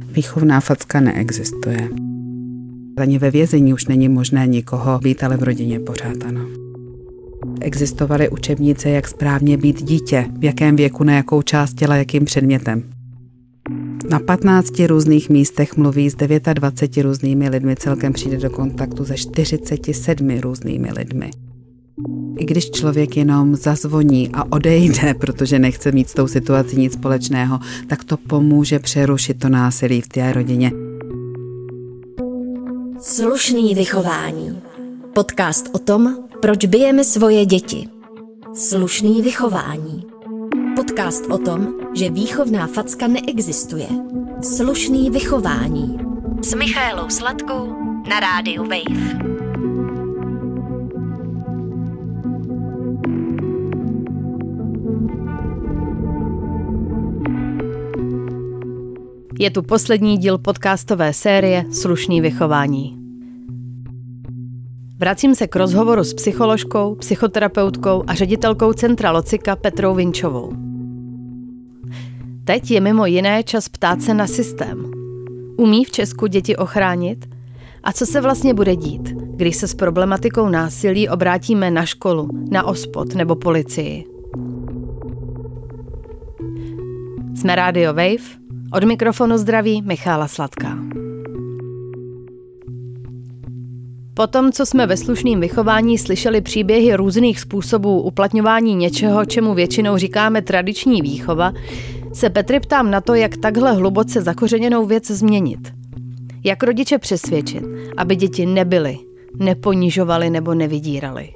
Výchovná facka neexistuje. Ani ve vězení už není možné nikoho být, ale v rodině pořád ano. Existovaly učebnice, jak správně být dítě, v jakém věku, na jakou část těla, jakým předmětem. Na 15 různých místech mluví s 29 různými lidmi, celkem přijde do kontaktu se 47 různými lidmi. I když člověk jenom zazvoní a odejde, protože nechce mít s tou situací nic společného, tak to pomůže přerušit to násilí v té rodině. Slušný vychování. Podcast o tom, proč bijeme svoje děti. Slušný vychování. Podcast o tom, že výchovná facka neexistuje. Slušný vychování. S Michaelou Sladkou na rádiu Wave. Je tu poslední díl podcastové série Slušný vychování. Vracím se k rozhovoru s psycholožkou, psychoterapeutkou a ředitelkou Centra Locika Petrou Vinčovou. Teď je mimo jiné čas ptát se na systém. Umí v Česku děti ochránit? A co se vlastně bude dít, když se s problematikou násilí obrátíme na školu, na OSPOD nebo policii? Jsme Radio Wave. Od mikrofonu zdraví Michála Sladká. Po tom, co jsme ve slušném vychování slyšeli příběhy různých způsobů uplatňování něčeho, čemu většinou říkáme tradiční výchova, se Petry ptám na to, jak takhle hluboce zakořeněnou věc změnit. Jak rodiče přesvědčit, aby děti nebyly, neponižovali nebo nevydírali.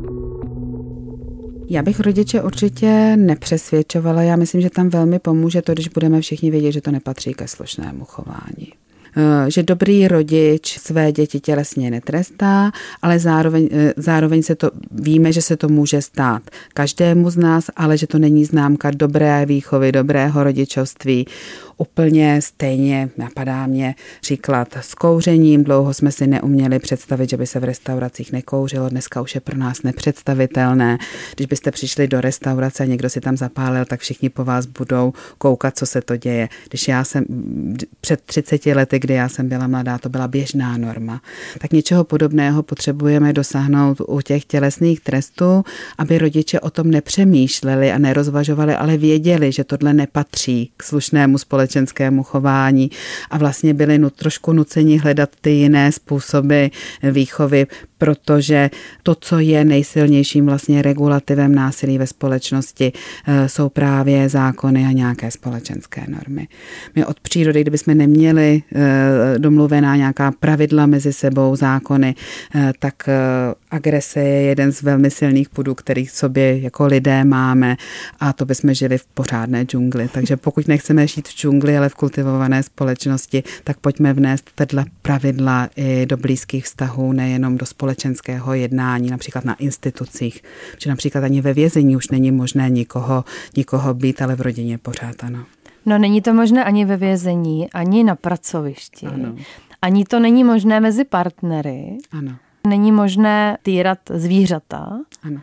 Já bych rodiče určitě nepřesvědčovala. Já myslím, že tam velmi pomůže to, když budeme všichni vědět, že to nepatří ke slušnému chování. Že dobrý rodič své děti tělesně netrestá, ale zároveň víme, že se to může stát každému z nás, ale že to není známka dobré výchovy, dobrého rodičovství. Úplně stejně napadá mě příklad s kouřením. Dlouho jsme si neuměli představit, že by se v restauracích nekouřilo. Dneska už je pro nás nepředstavitelné. Když byste přišli do restaurace a někdo si tam zapálil, tak všichni po vás budou koukat, co se to děje. Když já jsem před 30 lety, kdy já jsem byla mladá, to byla běžná norma. Tak něčeho podobného potřebujeme dosáhnout u těch tělesných trestů, aby rodiče o tom nepřemýšleli a nerozvažovali, ale věděli, že tohle nepatří k slušnému společenskému chování a vlastně byli trošku nuceni hledat ty jiné způsoby výchovy, protože to, co je nejsilnějším vlastně regulativem násilí ve společnosti, jsou právě zákony a nějaké společenské normy. My od přírody, kdybychom neměli domluvená nějaká pravidla mezi sebou, zákony, tak agrese je jeden z velmi silných pudů, který v sobě jako lidé máme a to bychom žili v pořádné džungli. Takže pokud nechceme žít v džungli, ale v kultivované společnosti, tak pojďme vnést tato pravidla i do blízkých vztahů, nejenom do společenského jednání, například na institucích. Protože například ani ve vězení už není možné nikoho být, ale v rodině pořád ano. No není to možné ani ve vězení, ani na pracovišti. Ano. Ani to není možné mezi partnery. Ano. Není možné týrat zvířata. Ano.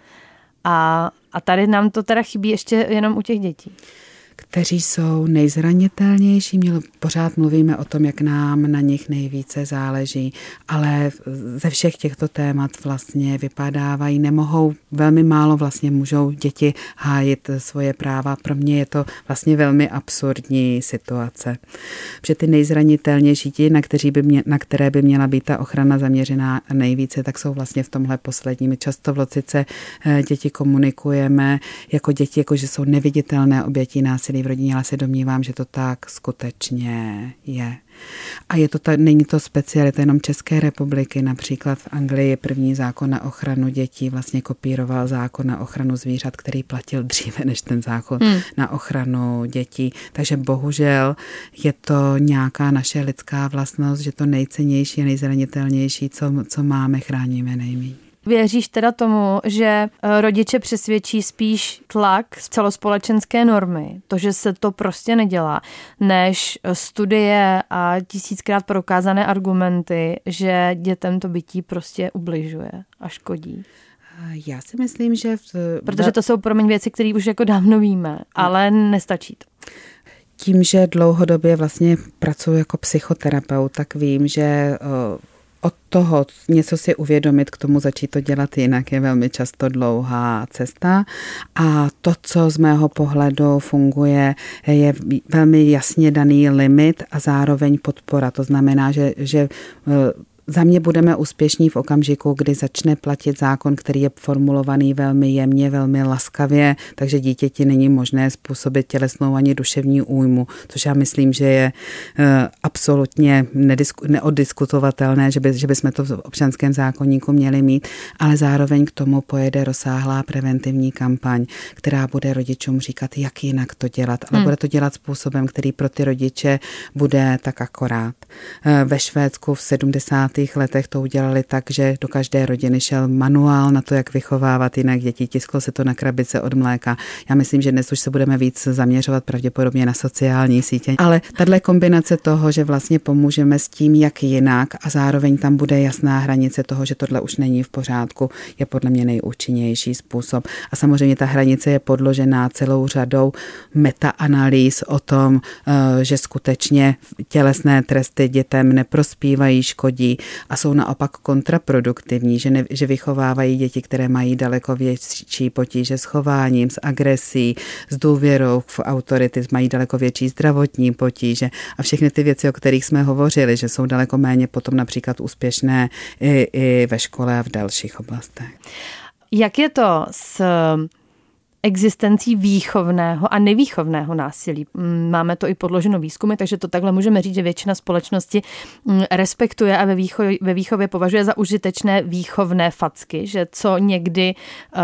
A tady nám to teda chybí ještě jenom u těch dětí. Kteří jsou nejzranitelnější. Pořád mluvíme o tom, jak nám na nich nejvíce záleží, ale ze všech těchto témat vlastně vypadávají, nemohou, velmi málo vlastně můžou děti hájit svoje práva. Pro mě je to vlastně velmi absurdní situace. Protože ty nejzranitelnější, ti, na které by měla být ta ochrana zaměřená nejvíce, tak jsou vlastně v tomhle posledním. Často v Locice děti komunikujeme jako děti, jako že jsou neviditelné oběti násilí v rodině, ale se domnívám, že to tak skutečně je. A není to specialita jenom České republiky, například v Anglii první zákon na ochranu dětí vlastně kopíroval zákon na ochranu zvířat, který platil dříve než ten zákon na ochranu dětí. Takže bohužel je to nějaká naše lidská vlastnost, že to nejcennější a nejzranitelnější, co máme, chráníme nejméně. Věříš teda tomu, že rodiče přesvědčí spíš tlak z celospolečenské normy, to, že se to prostě nedělá, než studie a 1000krát prokázané argumenty, že dětem to bytí prostě ubližuje a škodí? Já si myslím, že... Protože to jsou věci, které už jako dávno víme, ale nestačí to. tím, že dlouhodobě vlastně pracuji jako psychoterapeut, tak vím, že od toho něco si uvědomit, k tomu začít to dělat jinak, je velmi často dlouhá cesta a to, co z mého pohledu funguje, je velmi jasně daný limit a zároveň podpora. To znamená, že za mě budeme úspěšní v okamžiku, kdy začne platit zákon, který je formulovaný velmi jemně, velmi laskavě, takže dítěti není možné způsobit tělesnou ani duševní újmu, což já myslím, že je absolutně neoddiskutovatelné, že bychom to v občanském zákoníku měli mít, ale zároveň k tomu pojede rozsáhlá preventivní kampaň, která bude rodičům říkat, jak jinak to dělat, ale bude to dělat způsobem, který pro ty rodiče bude tak akorát. Ve Švédsku v 70. letech to udělali tak, že do každé rodiny šel manuál na to, jak vychovávat jinak děti, tisklo se to na krabice od mléka. Já myslím, že dnes už se budeme víc zaměřovat pravděpodobně na sociální sítě, ale tahle kombinace toho, že vlastně pomůžeme s tím, jak jinak a zároveň tam bude jasná hranice toho, že tohle už není v pořádku, je podle mě nejúčinnější způsob. A samozřejmě ta hranice je podložená celou řadou metaanalýz o tom, že skutečně tělesné tresty dětem neprospívají, škodí a jsou naopak kontraproduktivní, že vychovávají děti, které mají daleko větší potíže s chováním, s agresí, s důvěrou v autority, mají daleko větší zdravotní potíže a všechny ty věci, o kterých jsme hovořili, že jsou daleko méně potom například úspěšné i ve škole a v dalších oblastech. Jak je to s existencí výchovného a nevýchovného násilí? Máme to i podloženo výzkumy, takže to takhle můžeme říct, že většina společnosti respektuje a ve výchově považuje za užitečné výchovné facky, že co někdy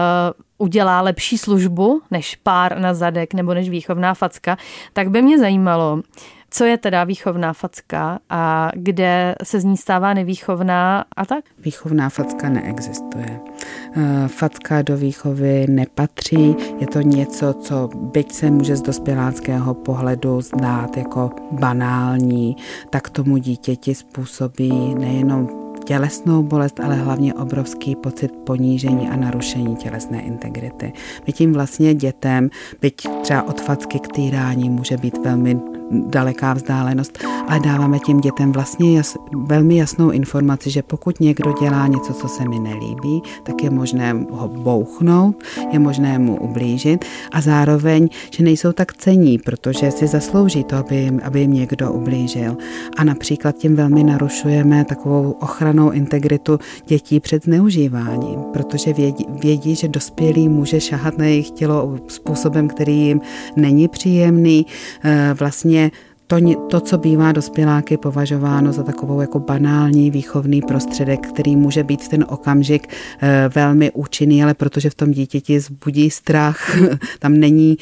udělá lepší službu než pár na zadek nebo než výchovná facka, tak by mě zajímalo, co je teda výchovná facka a kde se z ní stává nevýchovná a tak? Výchovná facka neexistuje. Facka do výchovy nepatří. Je to něco, co byť se může z dospěláckého pohledu zdát jako banální, tak tomu dítěti způsobí nejenom tělesnou bolest, ale hlavně obrovský pocit ponížení a narušení tělesné integrity. My tím vlastně dětem, byť třeba od facky k týrání může být velmi daleká vzdálenost, ale dáváme těm dětem vlastně velmi jasnou informaci, že pokud někdo dělá něco, co se mi nelíbí, tak je možné ho bouchnout, je možné mu ublížit a zároveň, že nejsou tak cenní, protože si zaslouží to, aby jim někdo ublížil. A například tím velmi narušujeme takovou ochrannou integritu dětí před zneužíváním, protože vědí, že dospělý může šahat na jejich tělo způsobem, který jim není příjemný, vlastně to, co bývá dospěláky považováno za takovou jako banální výchovný prostředek, který může být v ten okamžik velmi účinný, ale protože v tom dítěti vzbudí strach, tam není,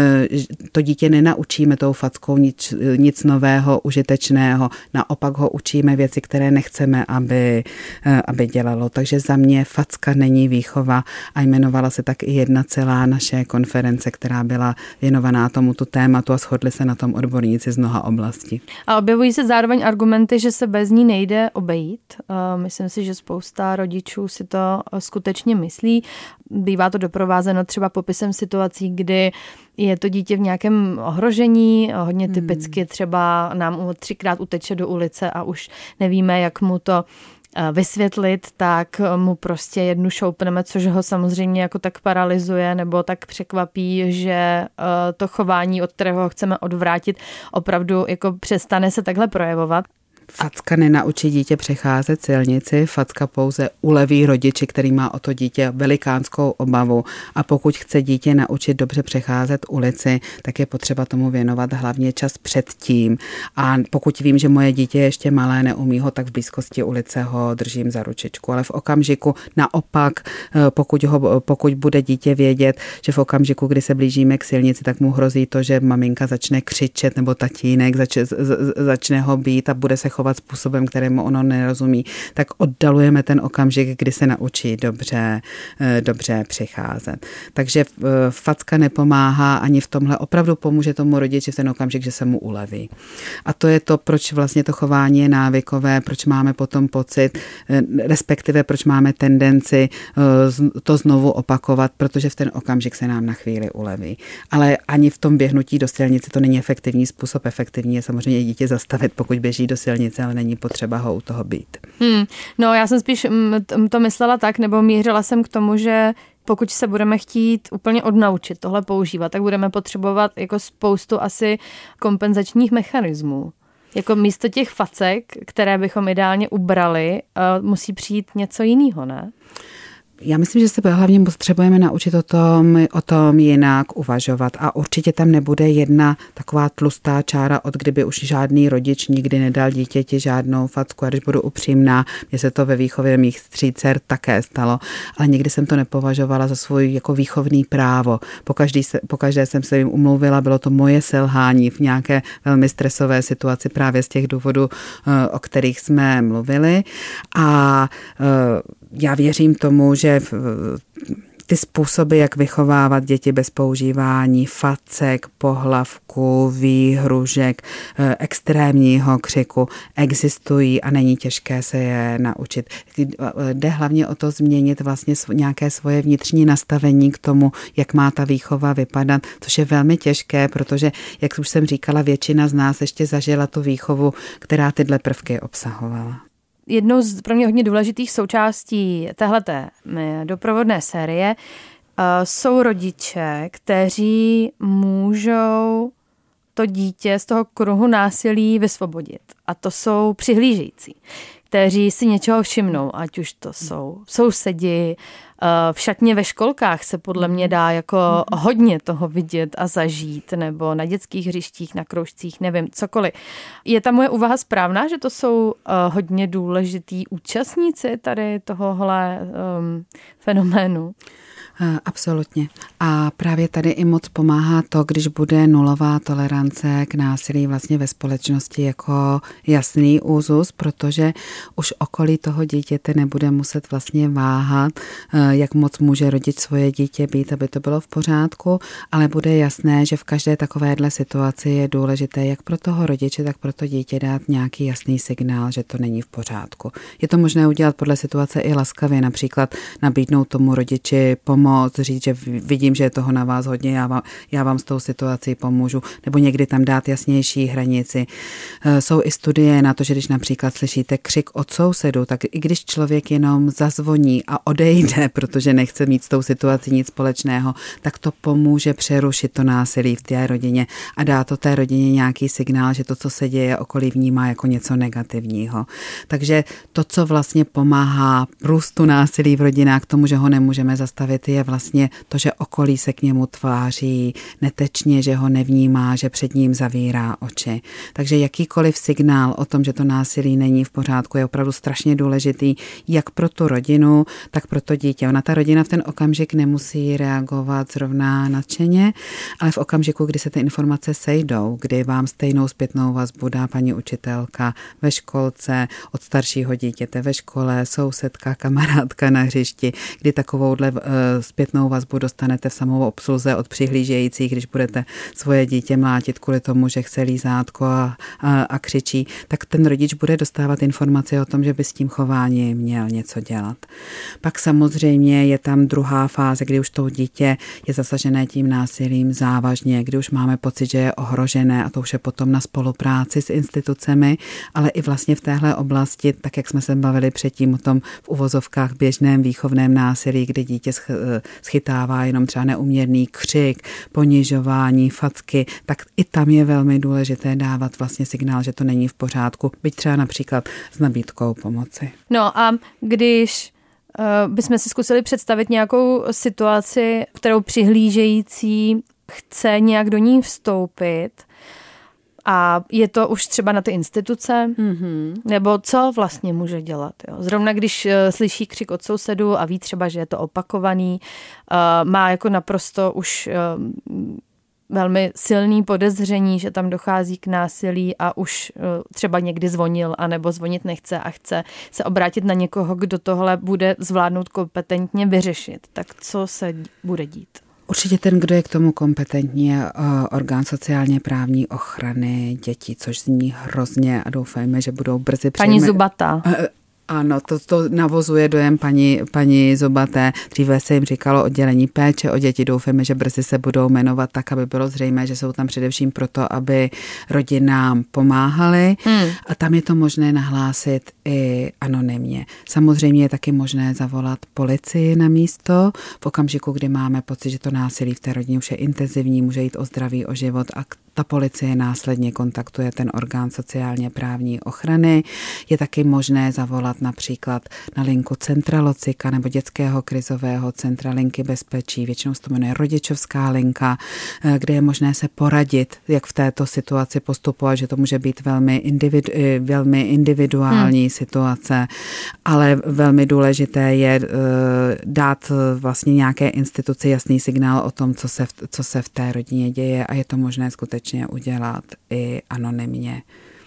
to dítě nenaučíme tou fackou nic nového, užitečného, naopak ho učíme věci, které nechceme, aby dělalo. Takže za mě facka není výchova a jmenovala se tak i jedna celá naše konference, která byla věnovaná tomuto tématu a shodli se na tom odborníci z mnoha oblasti. A objevují se zároveň argumenty, že se bez ní nejde obejít. Myslím si, že spousta rodičů si to skutečně myslí. Bývá to doprovázeno třeba popisem situací, kdy je to dítě v nějakém ohrožení, hodně typicky třeba nám 3krát uteče do ulice a už nevíme, jak mu to vysvětlit, tak mu prostě jednu šoupneme, což ho samozřejmě jako tak paralyzuje nebo tak překvapí, že to chování, od kterého ho chceme odvrátit, opravdu jako přestane se takhle projevovat. Facka nenaučí dítě přecházet silnici, facka pouze uleví rodiči, který má o to dítě velikánskou obavu a pokud chce dítě naučit dobře přecházet ulici, tak je potřeba tomu věnovat hlavně čas předtím a pokud vím, že moje dítě je ještě malé, neumí ho, tak v blízkosti ulice ho držím za ručičku, ale v okamžiku naopak, pokud bude dítě vědět, že v okamžiku, kdy se blížíme k silnici, tak mu hrozí to, že maminka začne křičet nebo tatínek začne ho bít a bude se chovat způsobem, kterému ono nerozumí, tak oddalujeme ten okamžik, kdy se naučí dobře přicházet. Takže facka nepomáhá ani v tomhle, opravdu pomůže tomu rodiči v ten okamžik, že se mu uleví. A to je to, proč vlastně to chování je návykové, proč máme potom pocit, respektive proč máme tendenci to znovu opakovat, protože v ten okamžik se nám na chvíli uleví. Ale ani v tom běhnutí do silnice to není efektivní způsob. Efektivní je samozřejmě dítě zastavit, pokud běží do silnice, ale není potřeba ho u toho být. No, já jsem spíš to myslela tak, nebo mířila jsem k tomu, že pokud se budeme chtít úplně odnaučit tohle používat, tak budeme potřebovat jako spoustu asi kompenzačních mechanismů. Jako místo těch facek, které bychom ideálně ubrali, musí přijít něco jiného, ne? Já myslím, že se hlavně potřebujeme naučit o tom jinak uvažovat a určitě tam nebude jedna taková tlustá čára, od kdyby už žádný rodič nikdy nedal dítěti žádnou facku. A když budu upřímná, mně se to ve výchově mých 3 dcer také stalo, ale nikdy jsem to nepovažovala za svůj jako výchovný právo. Pokaždé jsem se jim umluvila, bylo to moje selhání v nějaké velmi stresové situaci právě z těch důvodů, o kterých jsme mluvili. A já věřím tomu, že ty způsoby, jak vychovávat děti bez používání facek, pohlavku, výhružek, extrémního křiku existují a není těžké se je naučit. Jde hlavně o to změnit vlastně nějaké svoje vnitřní nastavení k tomu, jak má ta výchova vypadat, což je velmi těžké, protože, jak už jsem říkala, většina z nás ještě zažila tu výchovu, která tyhle prvky obsahovala. Jednou z pro mě hodně důležitých součástí téhleté doprovodné série jsou rodiče, kteří můžou to dítě z toho kruhu násilí vysvobodit. A to jsou přihlížející, kteří si něčeho všimnou, ať už to jsou sousedi, v šatně ve školkách se podle mě dá jako hodně toho vidět a zažít, nebo na dětských hřištích, na kroužcích, nevím, cokoliv. Je ta moje úvaha správná, že to jsou hodně důležitý účastníci tady tohohle fenoménu? Absolutně. A právě tady i moc pomáhá to, když bude nulová tolerance k násilí vlastně ve společnosti jako jasný úzus, protože už okolí toho dítěte nebude muset vlastně váhat, jak moc může rodič svoje dítě být, aby to bylo v pořádku, ale bude jasné, že v každé takovéhle situaci je důležité jak pro toho rodiče, tak pro to dítě dát nějaký jasný signál, že to není v pořádku. Je to možné udělat podle situace i laskavě, například nabídnout tomu rodiči pomoc, říct, že vidím, že je toho na vás hodně, já vám s tou situací pomůžu, nebo někdy tam dát jasnější hranici. Jsou i studie na to, že když například slyšíte křik od sousedu, tak i když člověk jenom zazvoní a odejde, protože nechce mít s tou situací nic společného, tak to pomůže přerušit to násilí v té rodině a dá to té rodině nějaký signál, že to, co se děje okolí, vnímá jako něco negativního. Takže to, co vlastně pomáhá růstu násilí v rodinách k tomu, že ho nemůžeme zastavit, je vlastně to, že okolí se k němu tváří netečně, že ho nevnímá, že před ním zavírá oči. Takže jakýkoliv signál o tom, že to násilí není v pořádku, je opravdu strašně důležitý, jak pro tu rodinu, tak pro to dítě. Ona ta rodina v ten okamžik nemusí reagovat zrovna nadšeně, ale v okamžiku, kdy se ty informace sejdou, kdy vám stejnou zpětnou vazbu dá paní učitelka ve školce, od staršího dítěte ve škole, sousedka, kamarádka na hřišti, kdy takovouhle zpětnou vazbu dostanete v samou obsluze od přihlížejících, když budete svoje dítě mlátit kvůli tomu, že chce lízátko a křičí, tak ten rodič bude dostávat informace o tom, že by s tím chováním měl něco dělat. Pak samozřejmě je tam druhá fáze, kdy už to dítě je zasažené tím násilím závažně, kdy už máme pocit, že je ohrožené, a to už je potom na spolupráci s institucemi, ale i vlastně v téhle oblasti, tak jak jsme se bavili předtím o tom v uvozovkách běžném výchovném násilí, kdy dítě schytává jenom třeba neuměrný křik, ponižování, facky, tak i tam je velmi důležité dávat vlastně signál, že to není v pořádku, byť třeba například s nabídkou pomoci. No a když bychom si zkusili představit nějakou situaci, kterou přihlížející chce nějak do ní vstoupit, a je to už třeba na ty instituce, nebo co vlastně může dělat? Jo? Zrovna když slyší křik od sousedu a ví třeba, že je to opakovaný, má jako naprosto už velmi silný podezření, že tam dochází k násilí a už třeba někdy zvonil, anebo zvonit nechce a chce se obrátit na někoho, kdo tohle bude zvládnout kompetentně vyřešit. Tak co se bude dít? Určitě ten, kdo je k tomu kompetentní, je orgán sociálně právní ochrany dětí, což zní hrozně a doufejme, že budou brzy Paní Zubatá. Ano, to navozuje dojem paní Zubaté. Dříve se jim říkalo oddělení péče o děti. Doufáme, že brzy se budou jmenovat tak, aby bylo zřejmé, že jsou tam především proto, aby rodinám pomáhali. A tam je to možné nahlásit i anonymně. Samozřejmě je taky možné zavolat policii na místo v okamžiku, kdy máme pocit, že to násilí v té rodině už je intenzivní, může jít o zdraví, o život a ta policie následně kontaktuje ten orgán sociálně právní ochrany. Je taky možné zavolat například na linku Centra Locika nebo Dětského krizového centra linky bezpečí. Většinou se to jmenuje rodičovská linka, kde je možné se poradit, jak v této situaci postupovat, že to může být velmi individuální situace, ale velmi důležité je dát vlastně nějaké instituci jasný signál o tom, co se v té rodině děje a je to možné skutečně udělat i anonymně.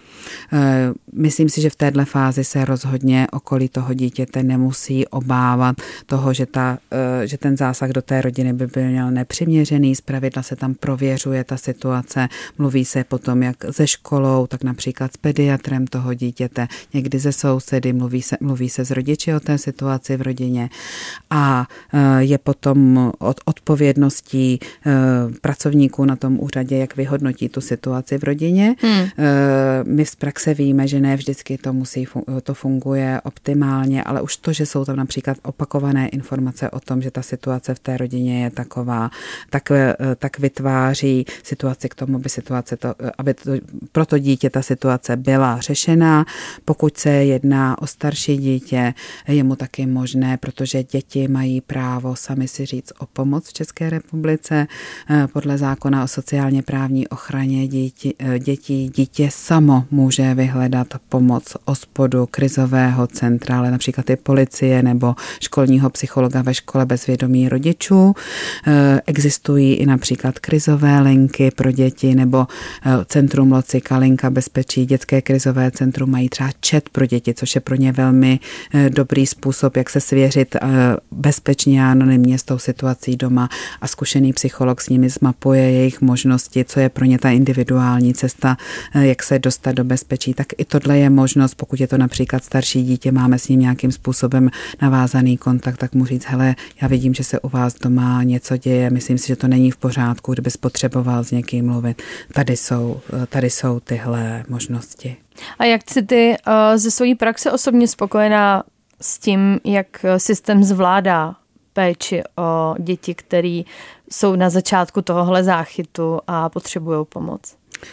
Myslím si, že v této fázi se rozhodně okolí toho dítěte nemusí obávat toho, že ten zásah do té rodiny by byl nepřiměřený. Zpravidla se tam prověřuje ta situace, mluví se potom jak se školou, tak například s pediatrem toho dítěte, někdy se sousedy, mluví se s rodiči o té situaci v rodině a je potom odpovědností pracovníků na tom úřadě, jak vyhodnotí tu situaci v rodině. My z praxe víme, že ne vždycky to funguje optimálně, ale už to, že jsou tam například opakované informace o tom, že ta situace v té rodině je taková, tak vytváří situaci k tomu, aby pro to dítě ta situace byla řešená. Pokud se jedná o starší dítě, je mu taky možné, protože děti mají právo sami si říct o pomoc v České republice. Podle zákona o sociálně právní ochraně dětí dítě samo může vyhledat pomoc OSPODu, krizového centra, ale například i policie nebo školního psychologa ve škole bez vědomí rodičů. Existují i například krizové linky pro děti nebo Centrum Locika, linka bezpečí, Dětské krizové centrum mají třeba chat pro děti, což je pro ně velmi dobrý způsob, jak se svěřit bezpečně a anonymně s tou situací doma a zkušený psycholog s nimi zmapuje jejich možnosti, co je pro ně ta individuální cesta, jak se dostat do bezpečí, tak i tohle je možnost, pokud je to například starší dítě, máme s ním nějakým způsobem navázaný kontakt, tak mu říct, hele, já vidím, že se u vás doma něco děje, myslím si, že to není v pořádku, kdybys potřeboval s někým mluvit. Tady jsou tyhle možnosti. A jak jsi ty ze svojí praxe osobně spokojená s tím, jak systém zvládá péči o děti, které jsou na začátku tohohle záchytu a potřebují pomoc?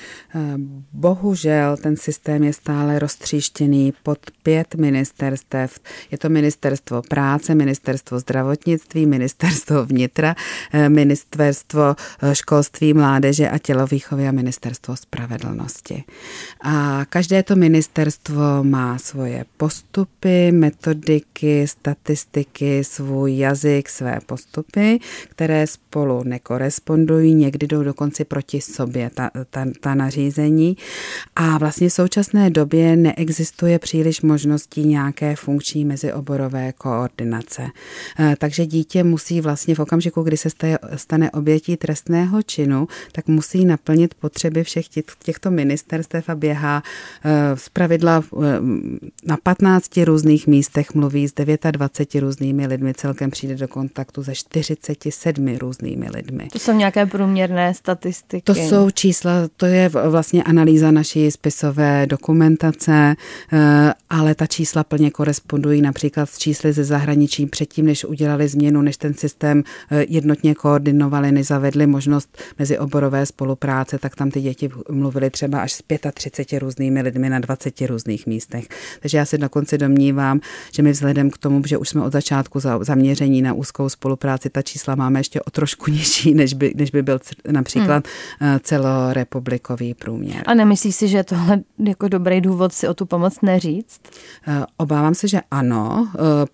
Bohužel ten systém je stále roztříštěný pod 5 ministerstev. Je to Ministerstvo práce, Ministerstvo zdravotnictví, Ministerstvo vnitra, Ministerstvo školství, mládeže a tělovýchovy a Ministerstvo spravedlnosti. A každé to ministerstvo má svoje postupy, metodiky, statistiky, svůj jazyk, své postupy, které spolu nekorespondují, někdy jdou dokonce proti sobě ta nařízení a vlastně v současné době neexistuje příliš možností nějaké funkční mezioborové koordinace. Takže dítě musí vlastně v okamžiku, kdy se stane obětí trestného činu, tak musí naplnit potřeby všech těchto ministerstev a běhá zpravidla na 15 různých místech, mluví s 29 různými lidmi, celkem přijde do kontaktu se 47 různými lidmi. To jsou nějaké průměrné statistiky? To jsou čísla, to je vlastně analýza naší spisové dokumentace, ale ta čísla plně korespondují například s čísly ze zahraničí předtím, než udělali změnu, než ten systém jednotně koordinovali, než zavedli možnost mezioborové spolupráce, tak tam ty děti mluvily třeba až s 35 různými lidmi na 20 různých místech. Takže já se dokonce domnívám, že my vzhledem k tomu, že už jsme od začátku zaměření na úzkou spolupráci, ta čísla máme ještě o trošku nižší, než by byl například celorepublikový celkový průměr. A nemyslíš si, že je tohle jako dobrý důvod si o tu pomoc neříct? Obávám se, že ano.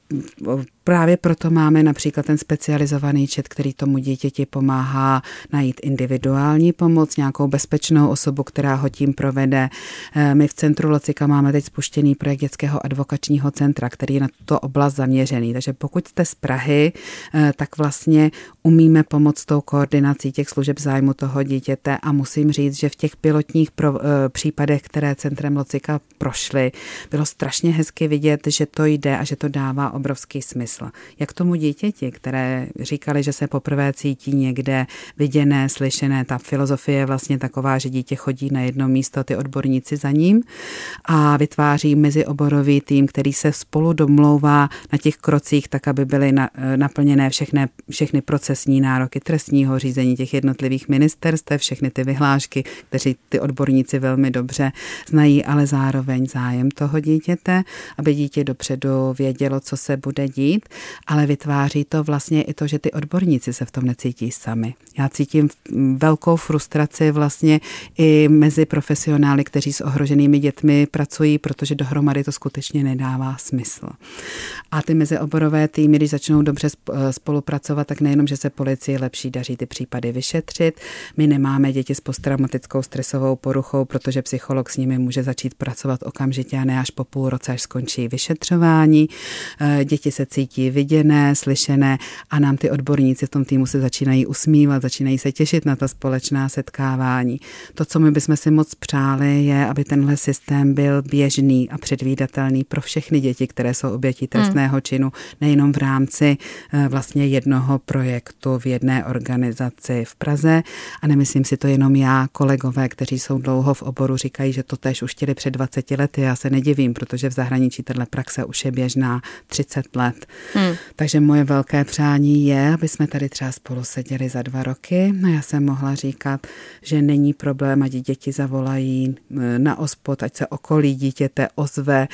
Právě proto máme například ten specializovaný chat, který tomu dítěti pomáhá najít individuální pomoc, nějakou bezpečnou osobu, která ho tím provede. My v centru Locika máme teď spuštěný projekt dětského advokačního centra, který je na tuto oblast zaměřený. Takže pokud jste z Prahy, tak vlastně umíme pomoct tou koordinací těch služeb zájmu toho dítěte a musím říct, že v těch pilotních případech, které centrem Locika prošly, bylo strašně hezky vidět, že to jde a že to dává obrovský smysl. Jak tomu dítěti, které říkali, že se poprvé cítí někde viděné, slyšené, ta filozofie je vlastně taková, že dítě chodí na jedno místo, ty odborníci za ním a vytváří mezioborový tým, který se spolu domlouvá na těch krocích tak, aby byly naplněné všechny procesní nároky trestního řízení těch jednotlivých ministerstev, všechny ty vyhlášky, kteří ty odborníci velmi dobře znají, ale zároveň zájem toho dítěte, aby dítě dopředu vědělo, co se bude dít, ale vytváří to vlastně i to, že ty odborníci se v tom necítí sami. Já cítím velkou frustraci vlastně i mezi profesionály, kteří s ohroženými dětmi pracují, protože dohromady to skutečně nedává smysl. A ty mezioborové týmy, když začnou dobře spolupracovat, tak nejenom, že se policii lepší daří ty případy vyšetřit. My nemáme děti s posttraumatickou stresovou poruchou, protože psycholog s nimi může začít pracovat okamžitě a ne až po půl roce, až skončí vyšetřování. Děti se cítí viděné, slyšené a nám ty odborníci v tom týmu se začínají usmívat, začínají se těšit na ta společná setkávání. To, co my bychom si moc přáli, je, aby tenhle systém byl běžný a předvídatelný pro všechny děti, které jsou obětí trestného činu, nejenom v rámci vlastně jednoho projektu v jedné organizaci v Praze. A nemyslím si to jenom já, kolegové, kteří jsou dlouho v oboru, říkají, že to též už chtěli před 20 lety. Já se nedivím, protože v zahraničí tato praxe už je běžná 30 let. Takže moje velké přání je, aby jsme tady třeba spolu seděli za 2 roky a já jsem mohla říkat, že není problém, ať děti zavolají na OSPOD, ať se okolí dítěte ozve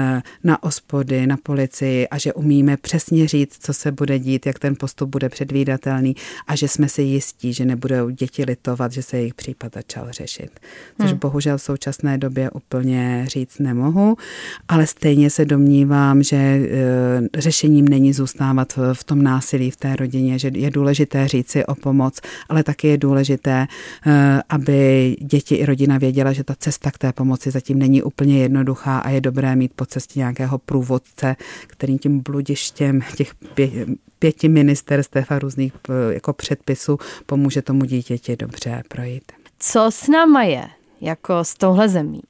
na OSPODy, na policii a že umíme přesně říct, co se bude dít, jak ten postup bude předvídatelný a že jsme si jistí, že nebudou děti litovat, že se jejich případ začal řešit. Což bohužel v současné době úplně říct nemohu, ale stejně se domnívám, že řešením není zůstávat v tom násilí v té rodině, že je důležité říct si o pomoc, ale taky je důležité, aby děti i rodina věděla, že ta cesta k té pomoci zatím není úplně jednoduchá a je dobré mít po cestě nějakého průvodce, který tím bludištěm těch 5 ministerstev a různých jako předpisů pomůže tomu dítěti dobře projít. Co s náma je, jako s touhle zemí,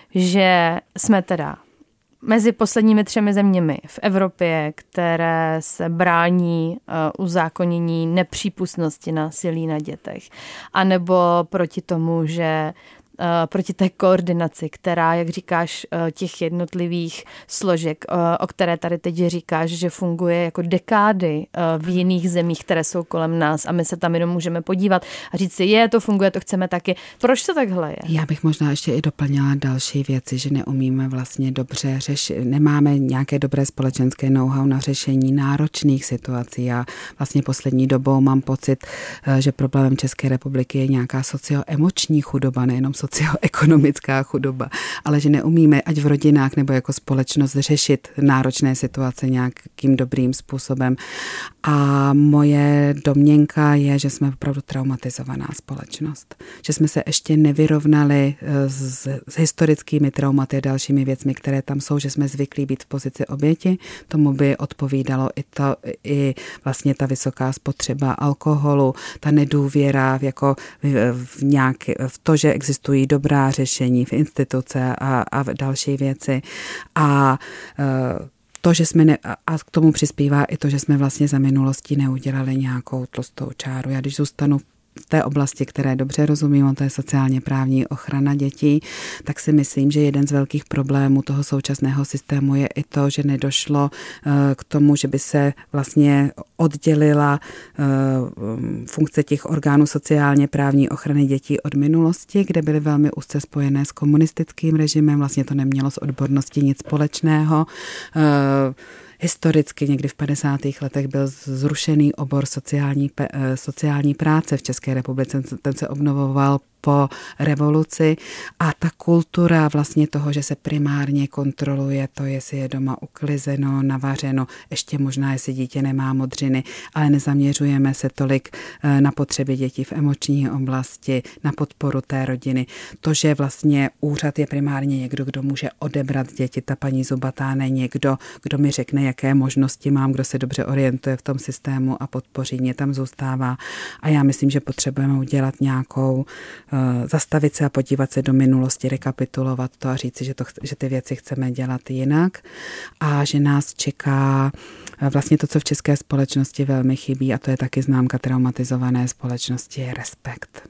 že jsme teda mezi posledními 3 zeměmi v Evropě, které se brání uzákonění nepřípustnosti násilí na dětech, anebo proti tomu, že proti té koordinaci, která, jak říkáš, těch jednotlivých složek, o které tady teď říkáš, že funguje jako dekády v jiných zemích, které jsou kolem nás a my se tam jenom můžeme podívat a říct si, to funguje, to chceme taky. Proč to takhle je? Já bych možná ještě i doplnila další věci, že neumíme vlastně dobře řešit, nemáme nějaké dobré společenské know-how na řešení náročných situací. Já vlastně poslední dobou mám pocit, že problémem České republiky je nějaká socioemoční chudoba, nejenom socioekonomická chudoba, ale že neumíme ať v rodinách nebo jako společnost řešit náročné situace nějakým dobrým způsobem. A moje domněnka je, že jsme opravdu traumatizovaná společnost. Že jsme se ještě nevyrovnali s historickými traumaty a dalšími věcmi, které tam jsou, že jsme zvyklí být v pozici oběti. Tomu by odpovídalo i vlastně ta vysoká spotřeba alkoholu, ta nedůvěra v to, že existují dobrá řešení v instituce a další věci. A to, že jsme a k tomu přispívá i to, že jsme vlastně za minulostí neudělali nějakou tlustou čáru. Já když zůstanu v té oblasti, které dobře rozumím, to je sociálně právní ochrana dětí, tak si myslím, že jeden z velkých problémů toho současného systému je i to, že nedošlo k tomu, že by se vlastně oddělila funkce těch orgánů sociálně právní ochrany dětí od minulosti, kde byly velmi úzce spojené s komunistickým režimem, vlastně to nemělo s odborností nic společného. Historicky někdy v 50. letech byl zrušený obor sociální práce v České republice. Ten se obnovoval po revoluci a ta kultura vlastně toho, že se primárně kontroluje to, jestli je doma uklizeno, navařeno, ještě možná, jestli dítě nemá modřiny, ale nezaměřujeme se tolik na potřeby dětí v emoční oblasti, na podporu té rodiny. To, že vlastně úřad je primárně někdo, kdo může odebrat děti, ta paní Zubatá není někdo, kdo mi řekne, jaké možnosti mám, kdo se dobře orientuje v tom systému a podpoří mě, tam zůstává. A já myslím, že potřebujeme udělat nějakou, zastavit se a podívat se do minulosti, rekapitulovat to a říci, že ty věci chceme dělat jinak a že nás čeká vlastně to, co v české společnosti velmi chybí, a to je taky známka traumatizované společnosti, je respekt.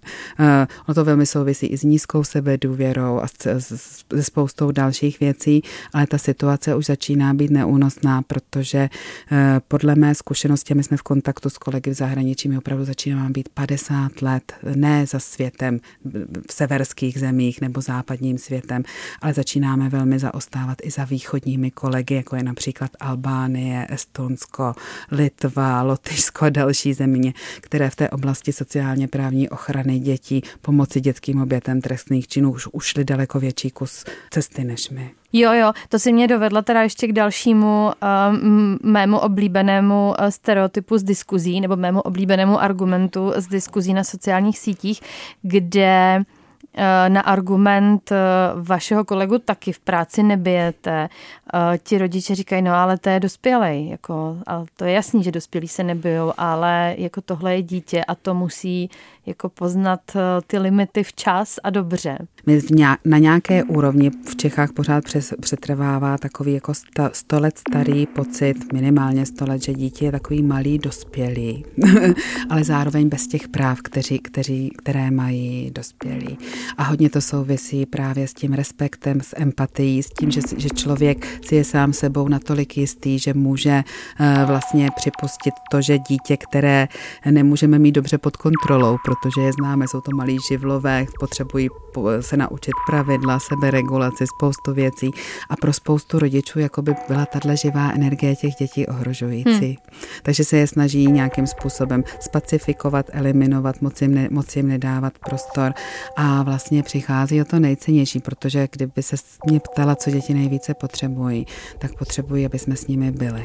Ono to velmi souvisí i s nízkou sebedůvěrou a se spoustou dalších věcí, ale ta situace už začíná být neúnosná, protože podle mé zkušenosti, my jsme v kontaktu s kolegy v zahraničí, my opravdu začínáme být 50 let, ne za světem v severských zemích nebo západním světem, ale začínáme velmi zaostávat i za východními kolegy, jako je například Albánie, Estonsko, Litva, Lotyšsko a další země, které v té oblasti sociálně právní ochrany dětí, pomoci dětským obětem trestných činů už ušli daleko větší kus cesty než my. Jo, to si mě dovedla teda ještě k dalšímu mému oblíbenému stereotypu z diskuzí, nebo mému oblíbenému argumentu z diskuzí na sociálních sítích, kde na argument vašeho kolegu taky v práci nebijete. Ti rodiče říkají, no ale to je dospělej, jako, ale to je jasný, že dospělí se nebijou, ale jako tohle je dítě a to musí jako poznat ty limity včas a dobře. Na nějaké úrovni v Čechách pořád přetrvává takový jako 100 let starý pocit, minimálně 100 let, že dítě je takový malý dospělý, ale zároveň bez těch práv, které mají dospělí. A hodně to souvisí právě s tím respektem, s empatií, s tím, že člověk si je sám sebou natolik jistý, že může vlastně připustit to, že dítě, které nemůžeme mít dobře pod kontrolou, protože je známe, jsou to malí živlové, potřebují se naučit pravidla, seberegulaci, spoustu věcí a pro spoustu rodičů jakoby byla tato živá energie těch dětí ohrožující. Takže se je snaží nějakým způsobem spacifikovat, eliminovat, moc jim nedávat prostor a vlastně přichází o to nejcennější, protože kdyby se mě ptala, co děti nejvíce potřebují, tak potřebují, aby jsme s nimi byli.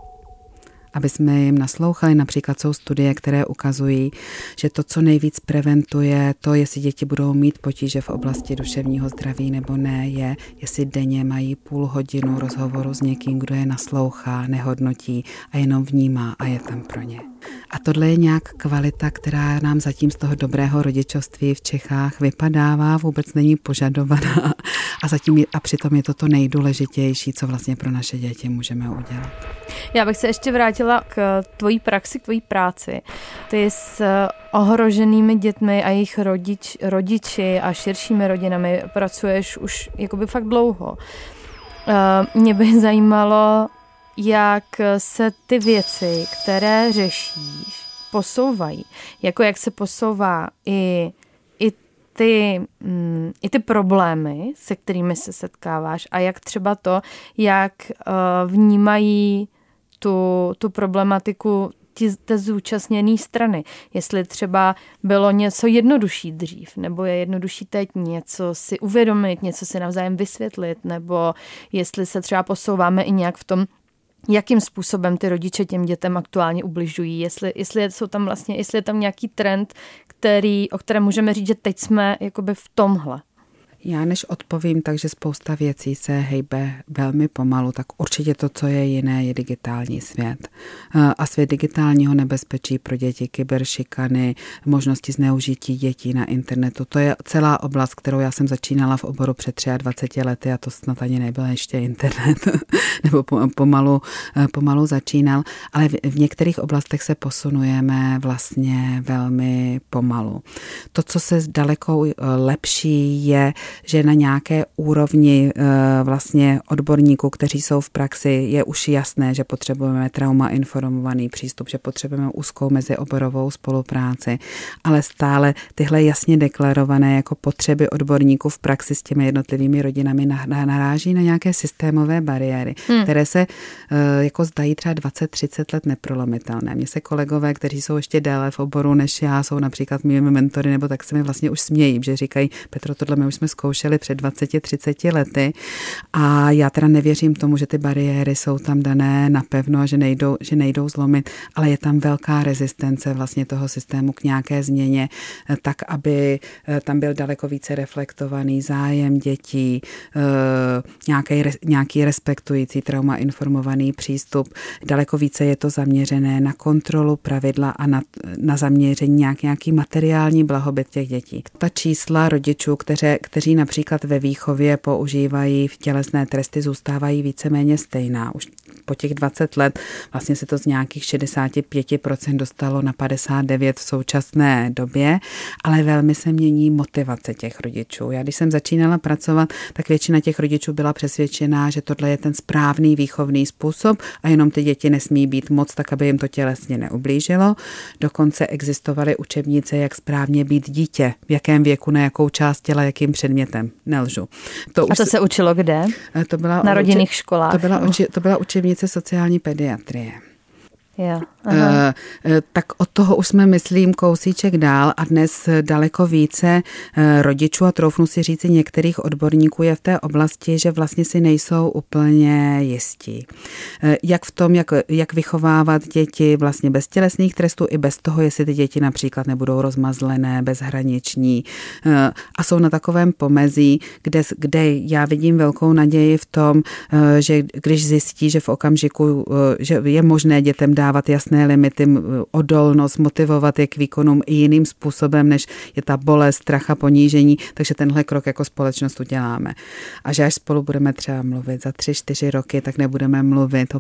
Aby jsme jim naslouchali. Například jsou studie, které ukazují, že to, co nejvíc preventuje to, jestli děti budou mít potíže v oblasti duševního zdraví nebo ne, je, jestli denně mají půl hodinu rozhovoru s někým, kdo je naslouchá, nehodnotí a jenom vnímá a je tam pro ně. A tohle je nějak kvalita, která nám zatím z toho dobrého rodičovství v Čechách vypadává, vůbec není požadovaná a přitom je to nejdůležitější, co vlastně pro naše děti můžeme udělat. Já bych se ještě vrátila k tvojí praxi, k tvojí práci. Ty s ohroženými dětmi a jejich rodiči a širšími rodinami pracuješ už jakoby fakt dlouho. Mě by zajímalo, jak se ty věci, které řešíš, posouvají. Jako jak se posouvá i ty problémy, se kterými se setkáváš a jak třeba to, jak vnímají tu problematiku té zúčastněné strany. Jestli třeba bylo něco jednodušší dřív, nebo je jednodušší teď něco si uvědomit, něco si navzájem vysvětlit, nebo jestli se třeba posouváme i nějak v tom, jakým způsobem ty rodiče těm dětem aktuálně ubližují, jestli je tam nějaký trend, o kterém můžeme říct, že teď jsme jakoby v tomhle. Já než odpovím, takže spousta věcí se hejbe velmi pomalu, tak určitě to, co je jiné, je digitální svět. A svět digitálního nebezpečí pro děti, kyberšikany, možnosti zneužití dětí na internetu. To je celá oblast, kterou já jsem začínala v oboru před 23 lety a to snad ani nebyl ještě internet, nebo pomalu začínal. Ale v některých oblastech se posunujeme vlastně velmi pomalu. To, co se daleko lepší, je že na nějaké úrovni vlastně odborníků, kteří jsou v praxi, je už jasné, že potřebujeme trauma informovaný přístup, že potřebujeme úzkou mezioborovou spolupráci, ale stále tyhle jasně deklarované jako potřeby odborníků v praxi s těmi jednotlivými rodinami naráží na nějaké systémové bariéry, které se jako zdají třeba 20-30 let neprolomitelné. Mně se kolegové, kteří jsou ještě déle v oboru než já, jsou například mými mentory, nebo tak se mi vlastně už smějí, že říkají, Petro, tohle my už jsme zkoušeli před 20-30 lety a já teda nevěřím tomu, že ty bariéry jsou tam dané napevno a že nejdou zlomit, ale je tam velká rezistence vlastně toho systému k nějaké změně, tak, aby tam byl daleko více reflektovaný zájem dětí, nějaký respektující trauma informovaný přístup. Daleko více je to zaměřené na kontrolu pravidla a na zaměření nějaký materiální blahobyt těch dětí. Ta čísla rodičů, kteří například ve výchově používají tělesné tresty, zůstávají víceméně stejná. Už po těch 20 let vlastně se to z nějakých 65% dostalo na 59% v současné době, ale velmi se mění motivace těch rodičů. Já když jsem začínala pracovat, tak většina těch rodičů byla přesvědčená, že tohle je ten správný výchovný způsob a jenom ty děti nesmí být moc tak, aby jim to tělesně neublížilo. Dokonce existovaly učebnice, jak správně být dítě, v jakém věku, na jakou část těla, jakým předmětem. Nelžu. A to se učilo kde? Na rodinných školách? To byla učebnice sociální pediatrie. Jo. Tak od toho už jsme, myslím, kousíček dál a dnes daleko více rodičů a troufnu si říci některých odborníků je v té oblasti, že vlastně si nejsou úplně jistí. Jak v tom, jak vychovávat děti vlastně bez tělesných trestů i bez toho, jestli ty děti například nebudou rozmazlené, bezhraniční a jsou na takovém pomezí, kde já vidím velkou naději v tom, že když zjistí, že v okamžiku, že je možné dětem dávat jasné limity, odolnost, motivovat je k výkonům i jiným způsobem, než je ta bolest, strach a ponížení, takže tenhle krok jako společnost uděláme. A že až spolu budeme třeba mluvit za 3-4 roky, tak nebudeme mluvit o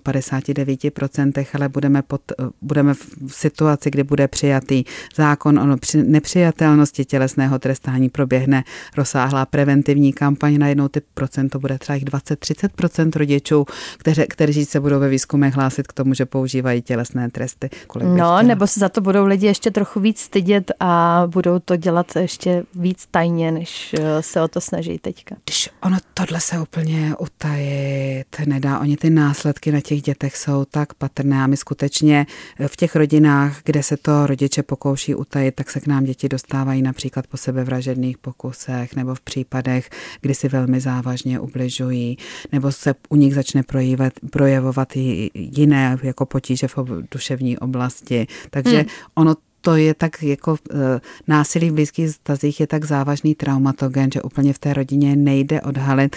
59%, ale budeme v situaci, kdy bude přijatý zákon o nepřijatelnosti tělesného trestání, proběhne rozsáhlá preventivní kampaň, najednou ty procento bude třeba 20-30% rodičů, kteří se budou ve výzkumech hlásit k tomu, že používají tělesné tresty. Nebo se za to budou lidi ještě trochu víc stydět a budou to dělat ještě víc tajně, než se o to snaží teďka. Když ono tohle se úplně utajit nedá, oni ty následky na těch dětech jsou tak patrné a my skutečně v těch rodinách, kde se to rodiče pokouší utajit, tak se k nám děti dostávají například po sebevražedných pokusech nebo v případech, kdy si velmi závažně ubližují, nebo se u nich začne projevovat i jiné jako potíže v duševní oblasti. Takže ono to je tak jako násilí v blízkých vztazích je tak závažný traumatogen, že úplně v té rodině nejde odhalit,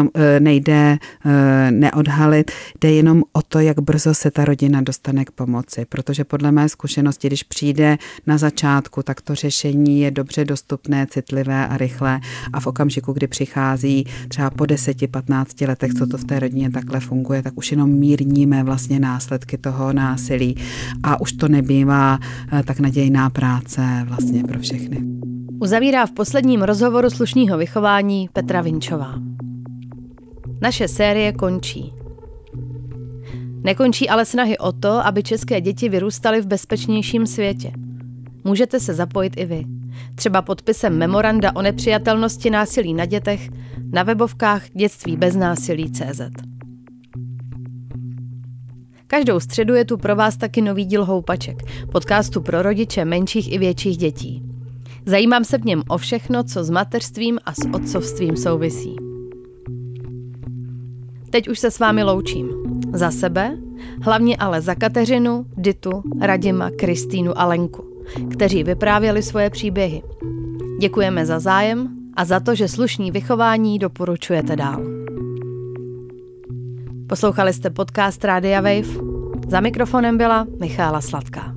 neodhalit, jde jenom o to, jak brzo se ta rodina dostane k pomoci, protože podle mé zkušenosti, když přijde na začátku, tak to řešení je dobře dostupné, citlivé a rychlé a v okamžiku, kdy přichází třeba po 10-15 letech, co to v té rodině takhle funguje, tak už jenom mírníme vlastně následky toho násilí a už to nebývá tak nadějná práce vlastně pro všechny. Uzavírá v posledním rozhovoru slušného vychování Petra Vinčová. Naše série končí. Nekončí ale snahy o to, aby české děti vyrůstaly v bezpečnějším světě. Můžete se zapojit i vy. Třeba podpisem memoranda o nepřijatelnosti násilí na dětech na webovkách dětstvíbeznásilí.cz. Každou středu je tu pro vás taky nový díl Houpaček, podcastu pro rodiče menších i větších dětí. Zajímám se v něm o všechno, co s mateřstvím a s otcovstvím souvisí. Teď už se s vámi loučím. Za sebe, hlavně ale za Kateřinu, Ditu, Radima, Kristýnu a Lenku, kteří vyprávěli svoje příběhy. Děkujeme za zájem a za to, že slušný vychování doporučujete dál. Poslouchali jste podcast Rádia Wave. Za mikrofonem byla Michála Sladká.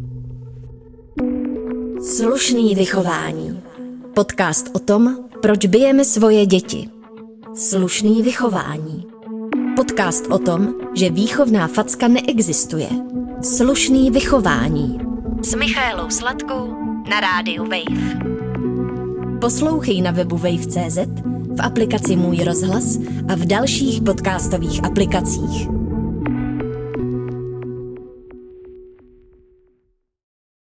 Slušný vychování. Podcast o tom, proč bijeme svoje děti. Slušný vychování. Podcast o tom, že výchovná facka neexistuje. Slušný vychování. S Michálou Sladkou na rádiu Wave. Poslouchej na webu wave.cz v aplikaci Můj rozhlas a v dalších podcastových aplikacích.